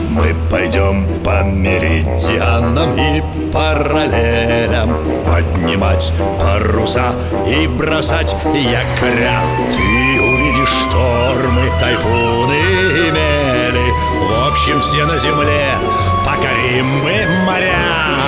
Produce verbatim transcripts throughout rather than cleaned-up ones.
Мы пойдем по меридианам и параллелям, поднимать паруса и бросать якоря. Ты увидишь штормы, тайфуны и мели. В общем, все на земле покорим мы моря.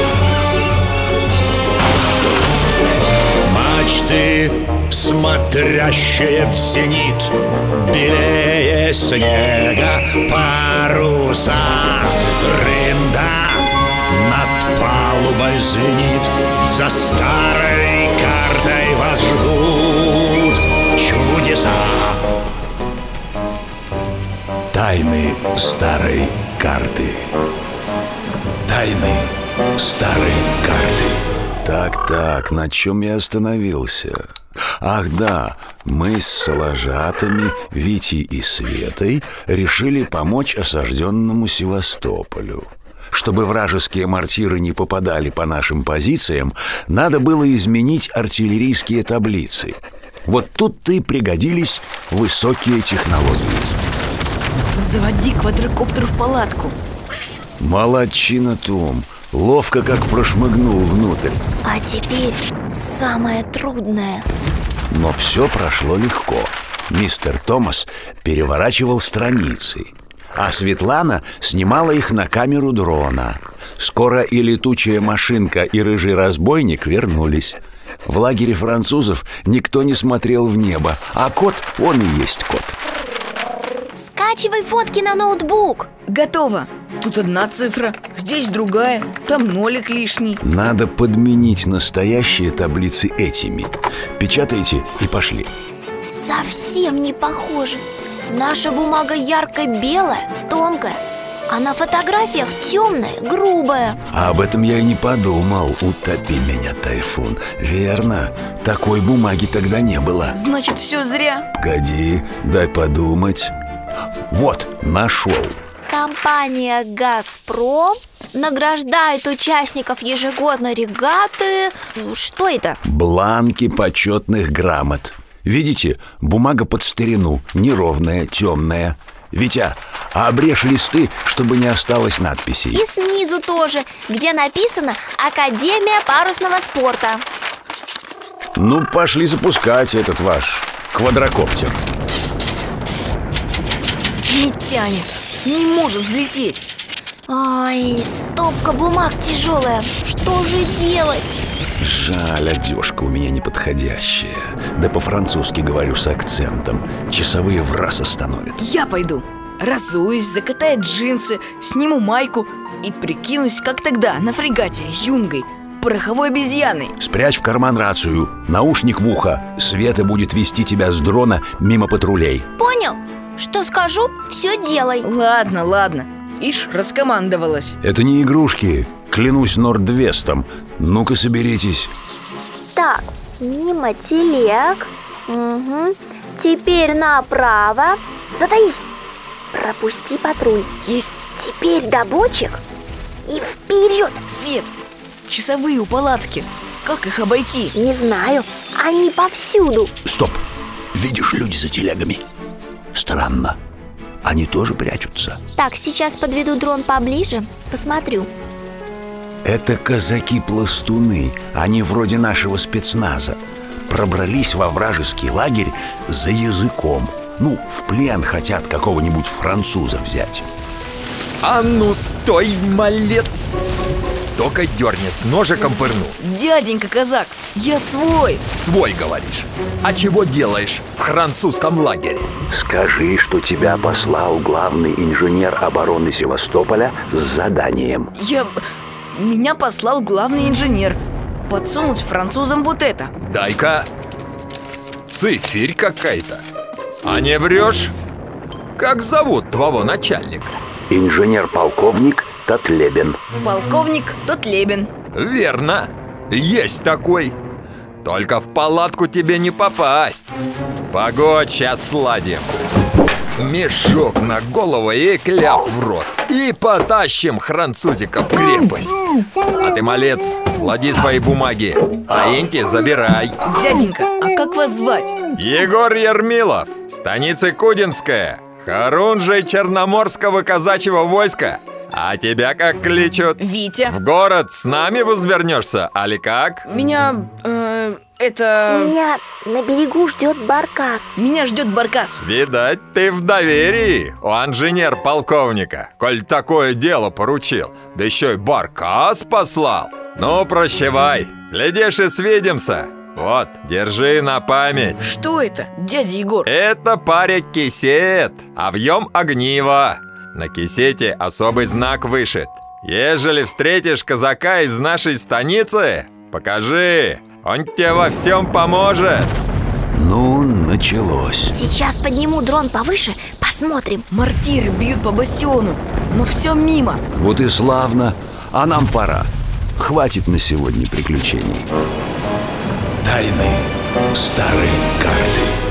Мачты, смотрящие в зенит, белее снега паруса. Рында над палубой звенит, за старой картой вас ждут чудеса. Тайны старой карты. Тайны старой карты. Так-так, на чем я остановился? Ах да, мы с соложатами, Витей и Светой решили помочь осажденному Севастополю. Чтобы вражеские мортиры не попадали по нашим позициям, надо было изменить артиллерийские таблицы. Вот тут-то и пригодились высокие технологии. Заводи квадрокоптер в палатку. Молодчина, Том. Ловко как прошмыгнул внутрь. А теперь самое трудное. Но все прошло легко. Мистер Томас переворачивал страницы, а Светлана снимала их на камеру дрона. Скоро и летучая машинка, и рыжий разбойник вернулись. В лагере французов никто не смотрел в небо, а кот, он и есть кот. Скачивай фотки на ноутбук. Готово. Тут одна цифра, здесь другая, там нолик лишний. Надо подменить настоящие таблицы этими. Печатайте и пошли. Совсем не похоже. Наша бумага ярко-белая, тонкая, а на фотографиях темная, грубая. А об этом я и не подумал. Утопи меня, тайфун. Верно, такой бумаги тогда не было. Значит, все зря. Погоди, дай подумать. Вот, нашел. Компания «Газпром» награждает участников ежегодной регаты. Что это? Бланки почетных грамот. Видите, бумага под старину, неровная, темная. Витя, а обрежь листы, чтобы не осталось надписей. И снизу тоже, где написано «Академия парусного спорта». Ну, пошли запускать этот ваш квадрокоптер. Не тянет, не может взлететь. Ай, стопка бумаг тяжелая. Что же делать? Жаль, одежка у меня неподходящая. Да по-французски говорю с акцентом. Часовые в раз остановят. Я пойду. Разуюсь, закатаю джинсы, сниму майку и прикинусь, как тогда, на фрегате, юнгой, пороховой обезьяной. Спрячь в карман рацию, наушник в ухо. Света будет вести тебя с дрона мимо патрулей. Понял? Что скажу, все делай. Ладно, ладно. Ишь, раскомандовалась. Это не игрушки, клянусь Нордвестом. Ну-ка, соберитесь. Так, мимо телег. Угу. Теперь направо. Затаись. Пропусти патруль. Есть. Теперь до бочек и вперед. Свет, часовые у палатки. Как их обойти? Не знаю, они повсюду. Стоп, видишь, люди за телегами. Странно, они тоже прячутся. Так, сейчас подведу дрон поближе, посмотрю. Это казаки-пластуны, они вроде нашего спецназа. Пробрались во вражеский лагерь за языком. Ну, в плен хотят какого-нибудь француза взять. А ну стой, малец! Только дерни, с ножиком пырну. Дяденька казак, я свой. Свой, говоришь? А чего делаешь в французском лагере? Скажи, что тебя послал главный инженер обороны Севастополя с заданием. Я... Меня послал главный инженер подсунуть французам вот это. Дай-ка. Цифирь какая-то. А не врешь? Как зовут твоего начальника? Инженер-полковник Татлебен. Полковник Татлебен. Верно, есть такой. Только в палатку тебе не попасть. Погодь, сейчас сладим. Мешок на голову и кляп в рот. И потащим французиков в крепость. А ты, малец, клади свои бумаги, а инти забирай. Дяденька, а как вас звать? Егор Ермилов, станица Кудинская. Хорунжий Черноморского казачьего войска. А тебя как кличут? Витя. В город с нами возвернешься, али как? Меня, э, это... Меня на берегу ждет Баркас. Меня ждет Баркас. Видать, ты в доверии у инженер-полковника, коль такое дело поручил. Да еще и Баркас послал. Ну, прощавай, глядишь и свидимся. Вот, держи на память. Что это, дядя Егор? Это парик кисет, а в нем огниво. На кисете особый знак вышит. Ежели встретишь казака из нашей станицы, покажи, он тебе во всем поможет. Ну, началось. Сейчас подниму дрон повыше, посмотрим. Мортиры бьют по бастиону, но все мимо. Вот и славно. А нам пора. Хватит на сегодня приключений. Тайны старой карты.